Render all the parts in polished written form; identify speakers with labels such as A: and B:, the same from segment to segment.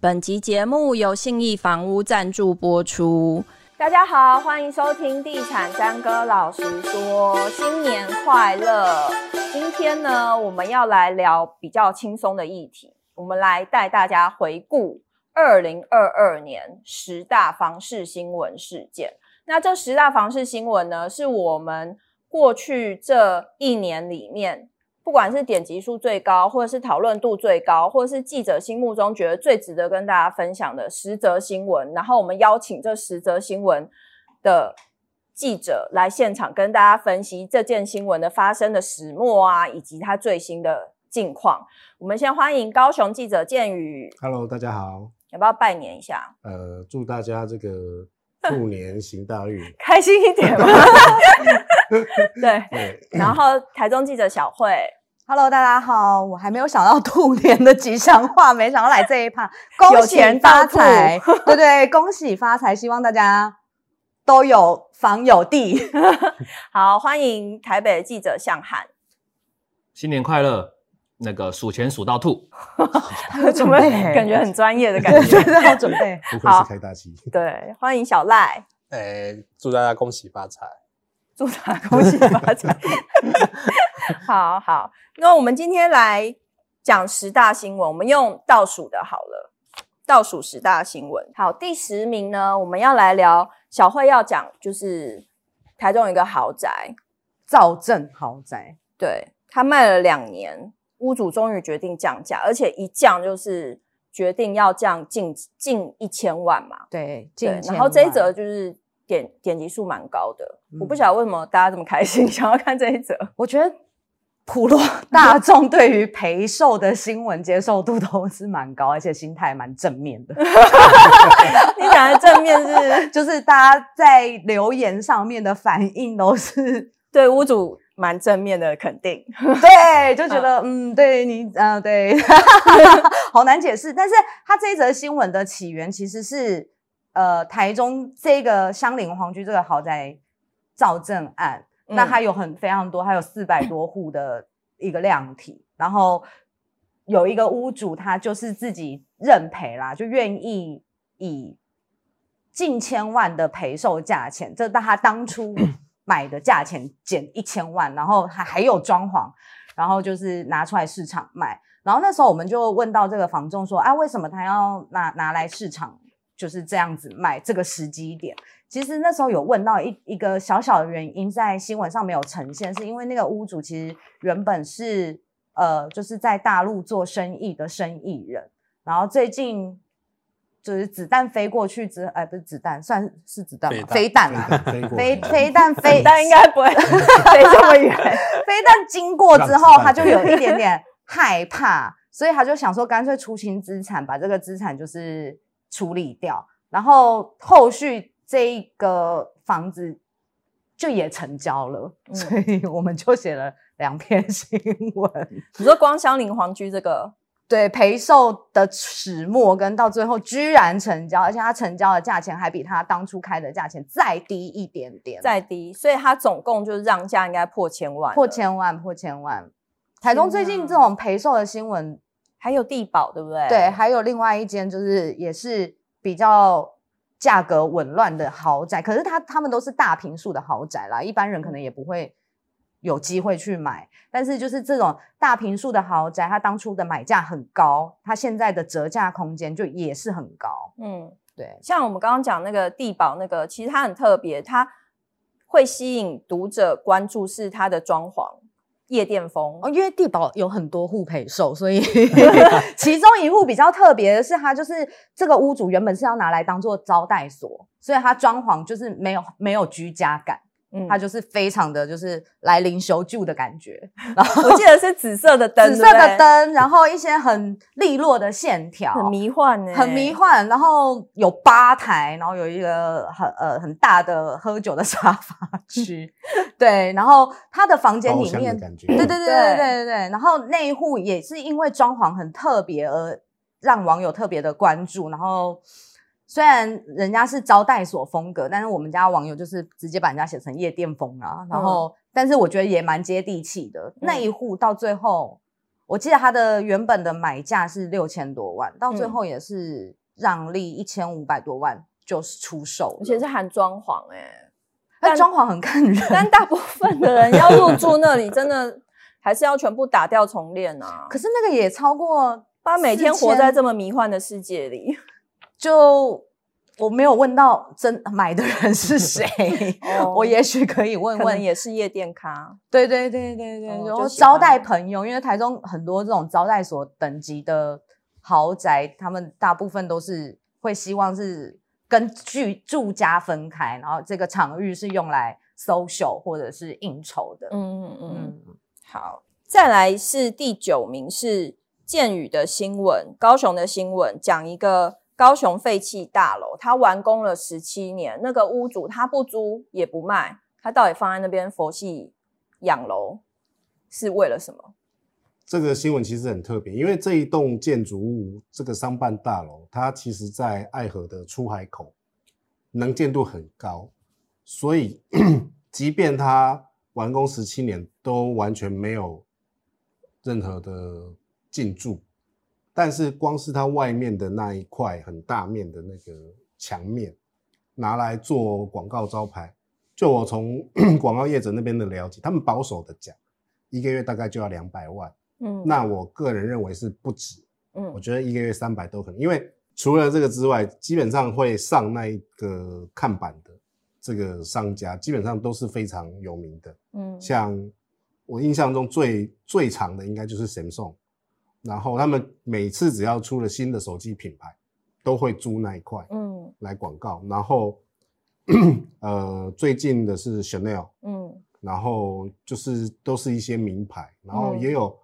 A: 本集节目由信义房屋赞助播出。
B: 大家好，欢迎收听地产詹哥老实说，新年快乐！今天呢，我们要来聊比较轻松的议题，我们来带大家回顾2022年10大房市新闻事件。那这10大房市新闻呢，是我们过去这一年里面，不管是点击数最高，或者是讨论度最高，或者是记者心目中觉得最值得跟大家分享的10则新闻，然后我们邀请这10则新闻的记者来现场跟大家分析这件新闻的发生的始末啊，以及它最新的近况。我们先欢迎高雄记者建宇。
C: Hello， 大家好。
B: 要不要拜年一下？
C: 祝大家这个兔年行大运
B: 开心一点嘛。对，然后台中记者小慧。
D: Hello， 大家好，我还没有想到兔年的吉祥话，没想到来这一趴，恭喜发财，对对，恭喜发财，希望大家都有房有地。
B: 好，欢迎台北的记者向汉。
E: 新年快乐，那个数钱数到吐。
D: 他有准备，
B: 感觉很专业的感觉。
D: 对，好准备。
C: 不愧是开大器。
B: 对，欢迎小赖。
F: 祝大家恭喜发财。
B: 祝大家恭喜发财。好好，那我们今天来讲10大新闻，我们用倒数的好了，倒数10大新闻。好，第10名呢，我们要来聊，小慧要讲就是台中有一个豪宅，
D: 造镇豪宅，
B: 对，他卖了2年，屋主终于决定降价，而且一降就是决定要降近1000万嘛。
D: 对，
B: 对，然后这一则就是点击数蛮高的，我不晓得为什么大家这么开心想要看这一则。
D: 我觉得普罗大众对于陪售的新闻接受度都是蛮高，而且心态蛮正面的。
B: 你讲的正面是
D: 就是大家在留言上面的反应都是
B: 对屋主蛮正面的肯定。
D: 对，就觉得对你对好难解释。但是他这一则新闻的起源其实是台中这个香林皇居这个豪宅造镇案，那它有非常多，它有400多户的一个量体，然后有一个屋主他就是自己认赔啦，就愿意以近1000万的赔售价钱，这他当初买的价钱减1000万，然后还有装潢，然后就是拿出来市场卖。然后那时候我们就问到这个房仲说为什么他要拿来市场就是这样子卖，这个时机点。其实那时候有问到一个小小的原因，在新闻上没有呈现，是因为那个屋主其实原本是就是在大陆做生意的生意人，然后最近就是子弹飞过去不是子弹，算是子弹吗？飞弹啊，飞弹
B: 应该不会飞这么远。
D: 飞弹经过之后，他就有一点点害怕，所以他就想说，干脆出清资产，把这个资产就是处理掉，然后后续这一个房子就也成交了，所以我们就写了2篇新闻。
B: 你说光香林皇居这个，
D: 对，陪售的始末跟到最后居然成交，而且他成交的价钱还比他当初开的价钱再低一点点，
B: 再低，所以他总共就是让价应该破1000万，
D: 破千万。台中最近这种陪售的新闻
B: 还有地保，对不对？
D: 对，还有另外一间就是也是比较价格紊乱的豪宅，可是他们都是大坪数的豪宅啦，一般人可能也不会有机会去买，但是就是这种大坪数的豪宅，它当初的买价很高，它现在的折价空间就也是很高。对，
B: 像我们刚刚讲那个地保那个，其实它很特别，它会吸引读者关注是它的装潢夜店风
D: 因为地保有很多户陪售，所以其中一户比较特别的是，它就是这个屋主原本是要拿来当做招待所，所以它装潢就是没有居家感。它就是非常的就是来临修旧的感觉，然后
B: 我记得是紫色的灯，
D: 紫色的灯，然后一些很利落的线条，
B: 很迷幻
D: 很迷幻。然后有吧台，然后有一个很大的喝酒的沙发区，对。然后他的房间里面，对。然后那一户也是因为装潢很特别而让网友特别的关注，然后。虽然人家是招待所风格，但是我们家网友就是直接把人家写成夜店风啊，然后但是我觉得也蛮接地气的。那一户到最后我记得它的原本的买价是6000多万，到最后也是让利1500多万就是出售了，
B: 而且是含装潢
D: 但装潢很看人，
B: 但大部分的人要入住那里，真的还是要全部打掉重练啊。
D: 可是那个也超过，
B: 他每天活在这么迷幻的世界里，
D: 就我没有问到真买的人是谁，我也许可以问问，
B: 可能也是夜店咖。
D: 对，
B: 就
D: 招待朋友，因为台中很多这种招待所等级的豪宅，他们大部分都是会希望是跟住家分开，然后这个场域是用来 social 或者是应酬的。
B: 好，再来是第9名是建宇的新闻，高雄的新闻，讲一个高雄废弃大楼，它完工了17年，那个屋主他不租也不卖，他到底放在那边佛系养楼是为了什么？
C: 这个新闻其实很特别，因为这一栋建筑物，这个商办大楼，它其实在爱河的出海口，能见度很高，所以即便它完工17年，都完全没有任何的进驻，但是光是它外面的那一块很大面的那个墙面，拿来做广告招牌，就我从广告业者那边的了解，他们保守的讲，1个月大概就要200万。那我个人认为是不止，我觉得1个月300都可能，因为除了这个之外，基本上会上那一个看板的这个商家，基本上都是非常有名的，像我印象中最长的应该就是 Samsung， 然后他们每次只要出了新的手机品牌，都会租那一块，来广告，然后最近的是 Chanel，然后就是都是一些名牌，然后也有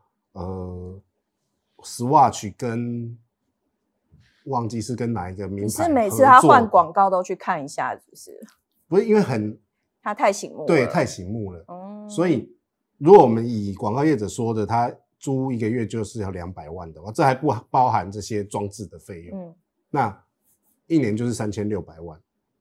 C: Swatch 跟忘记是跟哪一个名牌，
B: 你是每次他换广告都去看一下，是不是？
C: 不是，因为
B: 他太醒目了，
C: 对，太醒目了。所以如果我们以广告业者说的，他租1个月就是要200万的话，这还不包含这些装置的费用，那1年就是3600万。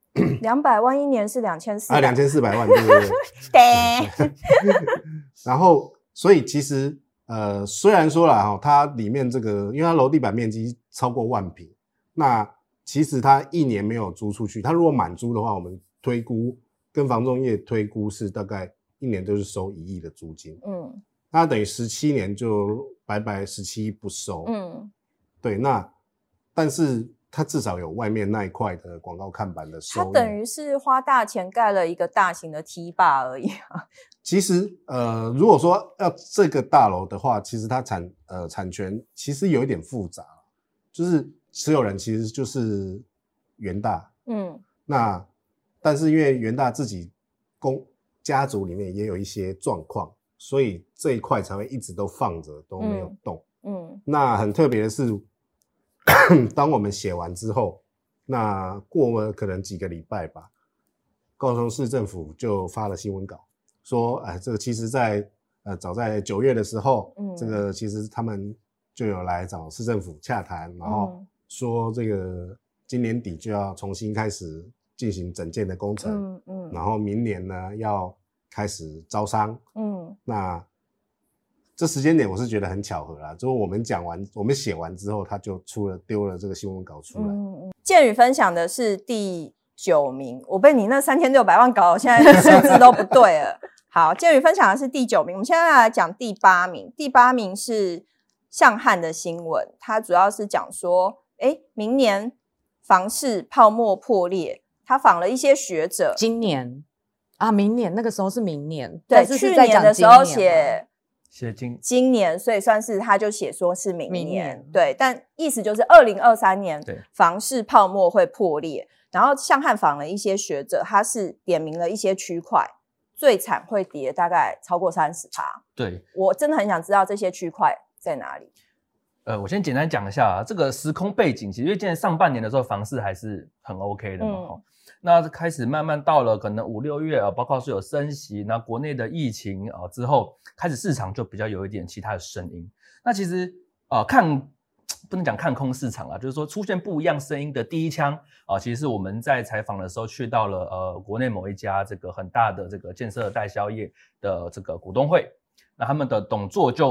B: 200万1年是2400
C: 啊，2400万，对。然后，所以其实虽然说啦，它里面这个，因为它楼地板面积超过10000平，那其实它1年没有租出去，它如果满租的话，我们推估跟房仲业推估是大概1年都是收1亿的租金，那等于17年就白白17亿不收，对，那但是它至少有外面那一块的广告看板的收入，
B: 它等于是花大钱盖了一个大型的 T 坝而已啊。
C: 其实如果说要这个大楼的话，其实它产权其实有一点复杂，就是持有人其实就是元大，那但是因为元大自己家族里面也有一些状况，所以这一块才会一直都放着都没有动。那很特别的是，当我们写完之后，那过了可能几个礼拜吧，高雄市政府就发了新闻稿，说这个其实早在9月的时候，这个其实他们就有来找市政府洽谈，然后说这个今年底就要重新开始进行整建的工程，然后明年呢要开始招商，那这时间点我是觉得很巧合啦，就是我们写完之后，他就丢了这个新闻稿出来。
B: 建宇分享的是第9名，我被你那3600万搞，现在数字都不对了。好，建宇分享的是第9名，我们现在来讲第8名。第8名是向汉的新闻，它主要是讲说，明年房市泡沫破裂，他访了一些学者。
D: 今年啊，明年那个时候是明年，
B: 对，去年的时候写今年，所以算是他就写说是明年，对，但意思就是2023年房市泡沫会破裂。然后向汉访了一些学者，他是点名了一些区块，最惨会跌大概超过30%。
E: 对，
B: 我真的很想知道这些区块在哪里。
E: 我先简单讲一下这个时空背景，其实因为今年上半年的时候房市还是很 OK 的嘛，那开始慢慢到了可能5、6月包括是有升息，那国内的疫情之后，开始市场就比较有一点其他的声音。那其实不能讲看空市场就是说出现不一样声音的第一枪其实是我们在采访的时候去到了国内某一家这个很大的这个建设代销业的这个股东会，那他们的董座就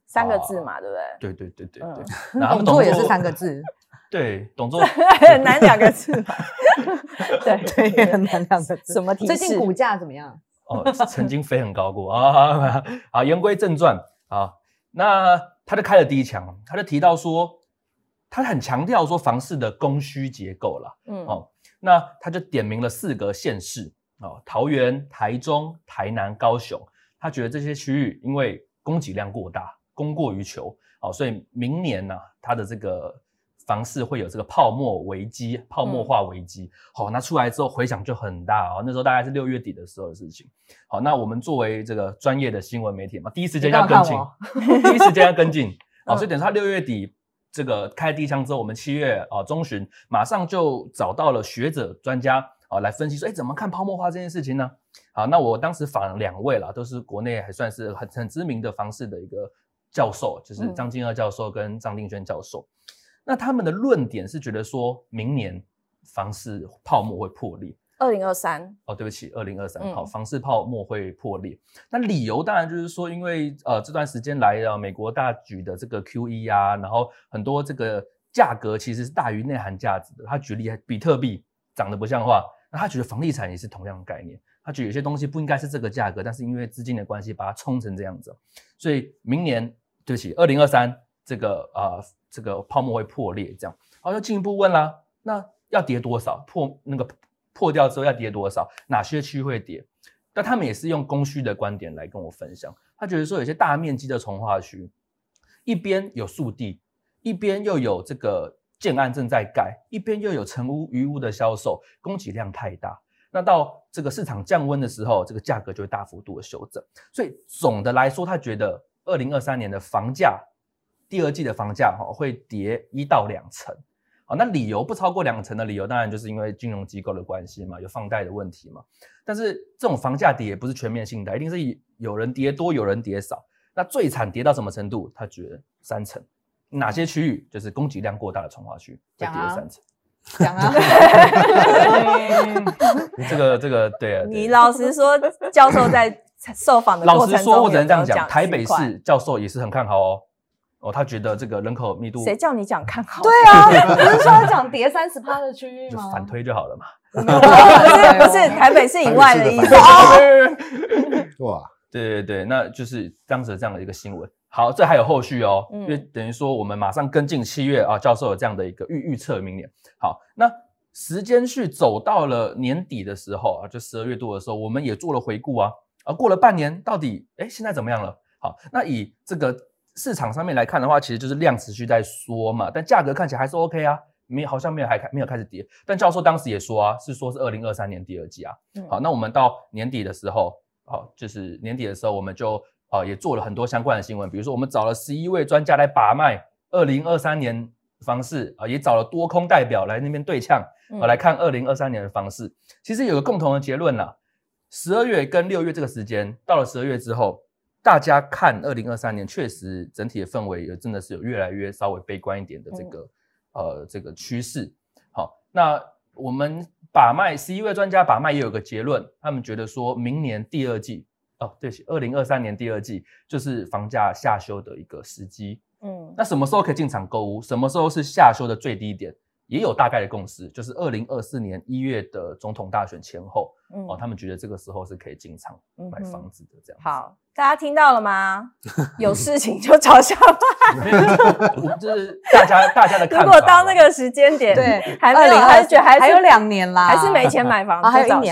B: 3个字嘛，对不对？
E: 对，
D: 然后董座也是3个字，
E: 对，董座
B: 很难2个字嘛，
D: 对，也很难2个字。
B: 什么提示？
D: 最近股价怎么样？
E: 曾经飞很高过啊。好，言归正传啊，那他就开了第一枪，他就提到说，他很强调说房市的供需结构啦。那他就点名了4个县市桃园、台中、台南、高雄，他觉得这些区域因为供给量过大，供过于求，所以明年呢，他的这个房市会有这个泡沫危机、泡沫化危机。那出来之后回响就很大那时候大概是6月底的时候的事情。好，那我们作为这个专业的新闻媒体嘛，第一时间要跟进，所以等于他6月底这个开第一枪之后，我们7月中旬马上就找到了学者专家来分析说，怎么看泡沫化这件事情呢？好，那我当时访了2位啦，都是国内还算是很知名的房市的一个教授，就是张金锷教授跟张定轩教授。那他们的论点是觉得说，明年房市泡沫会破裂。
B: 2023
E: 对不起，2023好，房市泡沫会破裂。那理由当然就是说，因为这段时间来美国大举的这个 QE 啊，然后很多这个价格其实是大于内涵价值的。他举例，比特币涨得不像话，那他觉得房地产也是同样的概念。他觉得有些东西不应该是这个价格，但是因为资金的关系把它冲成这样子，所以明年对不起2023这个泡沫会破裂，这样。好，就进一步问啦，那要跌多少？破掉之后要跌多少？哪些区会跌？那他们也是用供需的观点来跟我分享。他觉得说有些大面积的重划区，一边有素地，一边又有这个建案正在盖，一边又有成屋余屋的销售，供给量太大。那到这个市场降温的时候，这个价格就会大幅度的修正。所以总的来说，他觉得2023年的房价，第2季的房价会跌1到2成。那理由不超过2成的理由，当然就是因为金融机构的关系嘛，有放贷的问题嘛。但是这种房价跌也不是全面性的，一定是有人跌多，有人跌少。那最惨跌到什么程度？他觉得3成。哪些区域？就是供给量过大的重划区会跌3成。
D: 讲啊，
E: 这个对啊。
B: 你老实说，教授在受访的过程中，
E: 老实说，我只能这样讲，台北市教授也是很看好他觉得这个人口密度，
B: 谁叫你讲看好？
D: 对啊，不是说要讲跌30%的区域吗？
E: 就反推就好了嘛。
B: 不是台北市以外的意思
C: 哇，
E: 对，那就是当时这样的一个新闻。好，这还有后续因为等于说我们马上跟进7月教授有这样的一个预测明年。好，那时间序走到了年底的时候就12月多的时候，我们也做了回顾过了半年，到底现在怎么样了？好，那以这个市场上面来看的话，其实就是量持续在缩嘛，但价格看起来还是 OK 好像没有开始跌。但教授当时也说是2023年第2季好，那我们到年底的时候，就是年底的时候，我们就也做了很多相关的新闻，比如说我们找了11位专家来把脉2023年房市也找了多空代表来那边对呛来看2023年的房市。其实有个共同的结论啦，12月跟6月这个时间，到了12月之后，大家看2023年确实整体的氛围真的是有越来越稍微悲观一点的这个趋势。好，那我们把脉11位专家把脉也有个结论，他们觉得说明年第2季对不起，2023年第2季就是房价下修的一个时机。那什么时候可以进场购屋？什么时候是下修的最低点？也有大概的共识，就是2024年1月的总统大选前后，他们觉得这个时候是可以进场买房子的这样子。
B: 好，大家听到了吗？有事情就找小曼。
E: 就是大家的看法。
B: 如果到那个时间点，
D: 对，
B: 还没有，还是觉得
D: 还有2年啦，
B: 还是没钱买房，
D: 还有1年，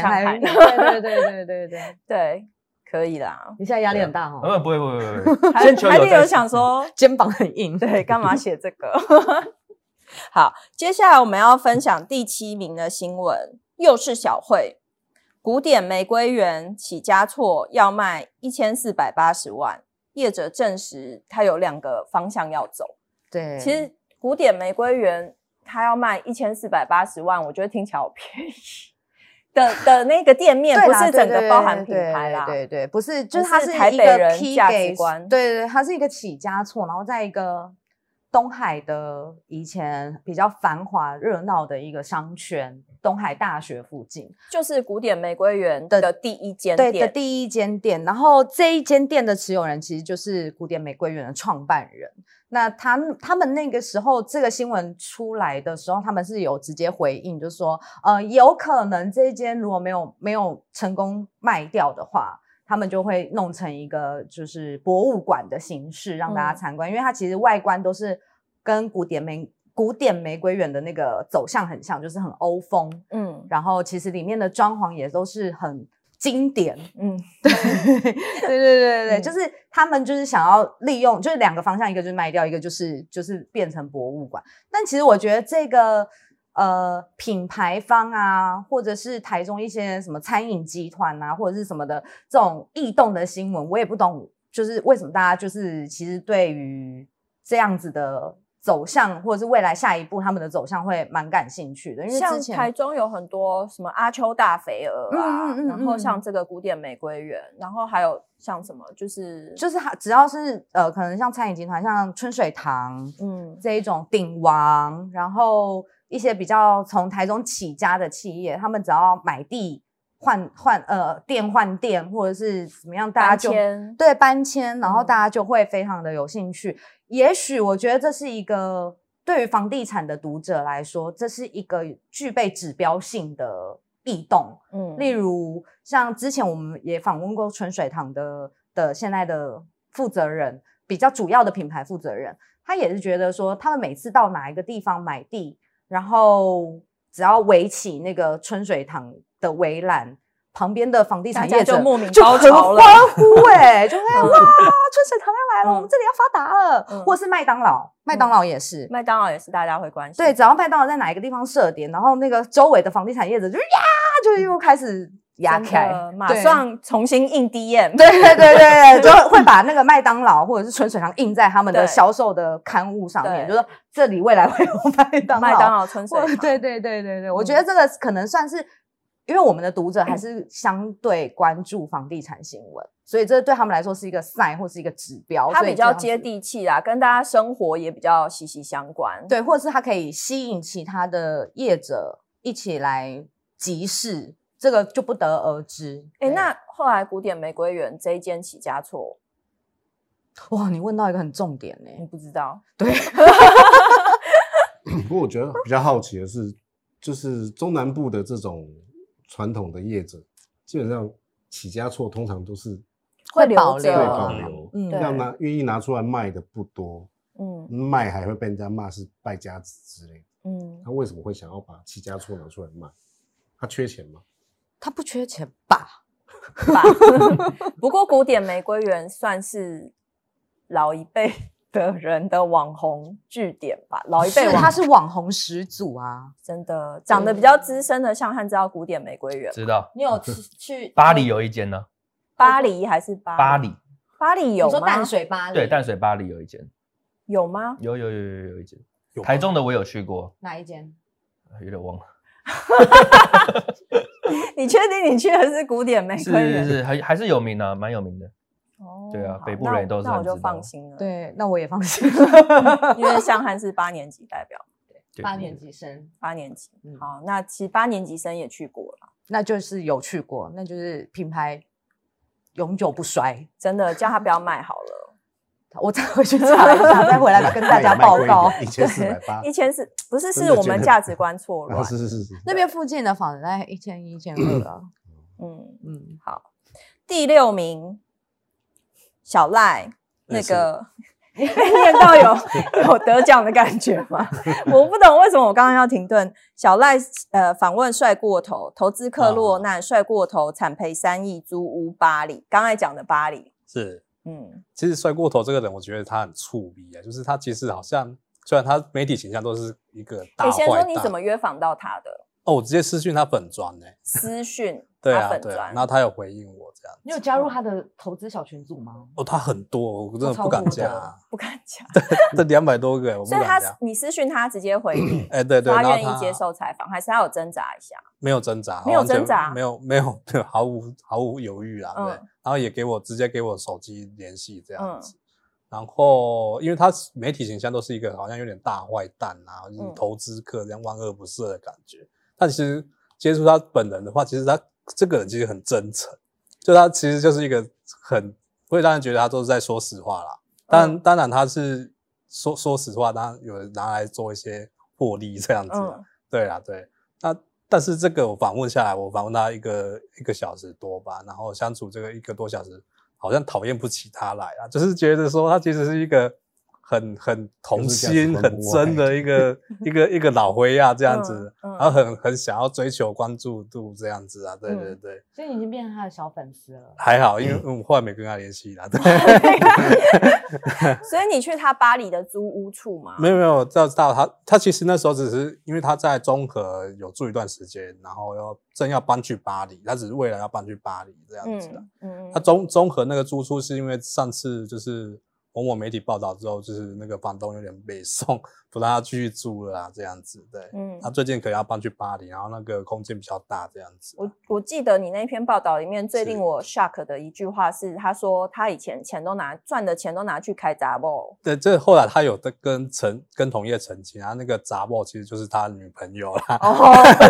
B: 对，可以啦。
D: 你现在压力很大
E: 不会，先求有。
B: 还有想说
D: 肩膀很硬，
B: 对，干嘛写这个？好，接下来我们要分享第7名的新闻，又是小慧。古典玫瑰园起家错要卖1480万，业者证实他有2个方向要走。
D: 对，
B: 其实古典玫瑰园他要卖1480万，我觉得听起来好便宜。的那个店面不是整个包含品牌啦，
D: 对，不是，就是它是
B: 台北人价值观，
D: 对，它是一个起家错，然后在一个东海的以前比较繁华热闹的一个商圈， 东海大学附近，
B: 就是古典玫瑰园的第一间
D: 对
B: 店，
D: 的第一间店。然后这一间店的持有人其实就是古典玫瑰园的创办人。那他们那个时候这个新闻出来的时候，他们是有直接回应，就是说有可能这一间如果没有成功卖掉的话，他们就会弄成一个就是博物馆的形式让大家参观，因为它其实外观都是跟古典玫瑰园的那个走向很像，就是很欧风，然后其实里面的装潢也都是很经典，对，就是他们就是想要利用，就是两个方向，一个就是卖掉，一个就是变成博物馆。但其实我觉得这个品牌方啊，或者是台中一些什么餐饮集团啊，或者是什么的这种异动的新闻，我也不懂，就是为什么大家就是其实对于这样子的走向，或者是未来下一步他们的走向会蛮感兴趣的。因为之前
B: 像台中有很多什么阿丘大肥鹅啊，然后像这个古典玫瑰园，然后还有像什么就是
D: 只要是可能像餐饮集团，像春水堂，这一种鼎王，然后一些比较从台中起家的企业，他们只要买地店换店，或者是怎么样，大家就搬迁，然后大家就会非常的有兴趣。也许我觉得这是一个对于房地产的读者来说，这是一个具备指标性的异动。例如像之前我们也访问过春水堂的现在的负责人，比较主要的品牌负责人，他也是觉得说，他们每次到哪一个地方买地，然后只要围起那个春水堂的围栏，旁边的房地产业者
B: 就莫名
D: 就很
B: 高潮了，
D: 欢呼就会哇，春水堂要来了，我们这里要发达了。或是麦当劳也是，
B: 麦当劳也是大家会关心。
D: 对，只要麦当劳在哪一个地方设点，然后那个周围的房地产业者就又开始压开，
B: 马上重新印 DM，
D: 对，就会把那个麦当劳或者是春水堂印在他们的销售的刊物上面，就说这里未来会有麦当劳
B: 春水堂。
D: 对，我觉得这个可能算是，因为我们的读者还是相对关注房地产新闻，所以这对他们来说是一个 sign 或是一个指标，
B: 它比较接地气啦，跟大家生活也比较息息相关。
D: 对，或者是它可以吸引其他的业者一起来集市。这个就不得而知。
B: 那后来古典玫瑰园这一间起家错，
D: 哇，你问到一个很重点呢，
B: 你不知道？
D: 对。
C: 不过我觉得比较好奇的是，就是中南部的这种传统的业者，基本上起家错通常都是
B: 会
D: 保留，
C: 愿意拿出来卖的不多，卖还会被人家骂是败家子之类的。他为什么会想要把起家错拿出来卖？他缺钱吗？
D: 他不缺钱吧？
B: 不过古典玫瑰园算是老一辈的人的网红据点吧，老一辈
D: 他是网红始祖啊，
B: 真的长得比较资深的，像汉知道古典玫瑰园，
E: 知道？
D: 你有去
E: 巴黎有一间呢？
B: 巴黎还是
E: 巴黎？
B: 巴黎有吗？
D: 你说淡水巴黎？
E: 对，淡水巴黎有一间，
B: 有吗？
E: 有一间，台中的我有去过，
D: 哪一间？
E: 有点忘了。
B: 你确定你去的是古典玫瑰园？
E: 是还是有名啊，蛮有名的。对啊，北部人也都是很知道。
B: 那我就放心了。
D: 对，那我也放心
B: 因为向汉是8年级代表，
D: 对，8年级生
B: ，8年级。好，那其实8年级生也去过了，
D: 那就是有去过，那就是品牌永久不衰，
B: 真的叫他不要卖好了。
D: 我再回去查一下，再回来跟大家报告。
C: 1480，
B: 不是，是我们价值观错乱。
C: 是。
D: 那边附近的房子大概1100、1200啊。
B: 好，第6名，小赖，那个念到有得奖的感觉吗？我不懂为什么我刚刚要停顿。小赖访问帅过头，投资客落难，帅过头，惨赔3亿，租屋巴黎。刚才讲的巴黎
F: 是。其实帅过头这个人，我觉得他很触鼻啊，就是他其实好像，虽然他媒体形象都是一个大坏蛋。
B: 先说你怎么约访到他的？
F: 我直接私讯他粉专
B: 私讯
F: 他粉专，然后他有回应我这样。
D: 你有加入他的投资小群组吗？
F: 他很多，我真的不敢加，
B: 不敢加。
F: 这200多个，我不敢加。
B: 所以你私讯他直接回应，
F: 对，
B: 他愿意接受采访，还是他有挣扎一下？
F: 没有挣扎，
B: 没有挣扎，
F: 没有，毫无犹豫啦，对。然后也直接给我手机联系这样子。然后因为他媒体形象都是一个好像有点大坏蛋啊，就是投资客这样万恶不赦的感觉。但其实接触他本人的话，其实他这个人其实很真诚，就他其实就是一个很会让人觉得他都是在说实话啦。当然他是说实话，当然有人拿来做一些获利这样子啦。对啦，对。但是这个我访问下来，我访问他一个小时多吧，然后相处这个1个多小时，好像讨厌不起他来啦，就是觉得说他其实是一个很童心、很真的一个老灰呀这样子，然后很想要追求关注度这样子啊，对对对。
D: 所以你已经变成他的小粉丝了。
F: 还好，因为我后来没跟他联系啦。对。
B: 所以你去他巴黎的租屋处吗？
F: 没有，到他其实那时候只是因为他在中和有住一段时间，然后正要搬去巴黎，他只是为了要搬去巴黎这样子的。他中和那个租处是因为上次就是某媒体报道之后，就是那个房东有点被送，不让他继续租了啦，这样子。对，他最近可能要搬去巴黎，然后那个空间比较大，这样子。
B: 我记得你那篇报道里面最令我 shock 的一句话是，他说他以前赚的钱都拿去开杂某。
F: 对，这后来他有跟同业澄清，他那个杂某其实就是他的女朋友啦。
B: 哦。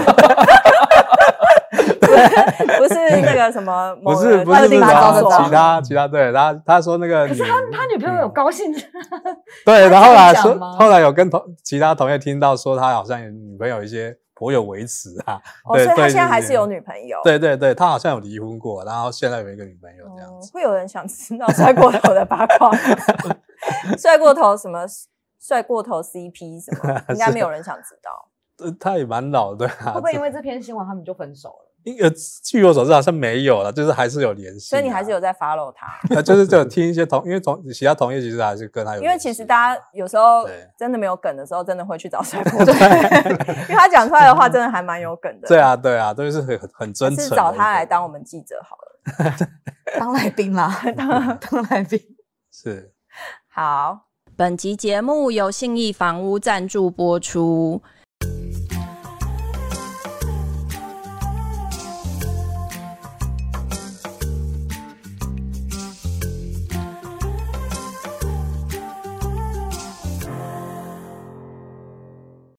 B: 不是那个什么，
F: 不是其他对，他说那个，
D: 可是他女朋友有高兴，
F: 对，然后后来有跟其他同业听到说他好像有女朋友一些颇有微词啊，
B: 所以他现在还是有女朋友，
F: 对，他好像有离婚过，然后现在有一个女朋友这样子。
B: 会有人想知道帅过头的八卦吗？帅过头什么？帅过头 CP 什么？应该没有人想知道。
F: 他也蛮老的，对啊。
D: 会不会因为这篇新闻他们就分手了？
F: 据我所知好像没有了，就是还是有联系。
B: 所以你还是有在 follow 他？
F: 就是有听一些因为其他同业其实还是跟他有联系。
B: 因为其实大家有时候真的没有梗的时候，真的会去找帅过头，因为他讲出来的话真的还蛮有梗的。
F: 对啊，都是很真诚。
B: 是找他来当我们记者好了，
D: 当来宾啦，当来宾
F: 是。
B: 好，
A: 本集节目由信义房屋赞助播出。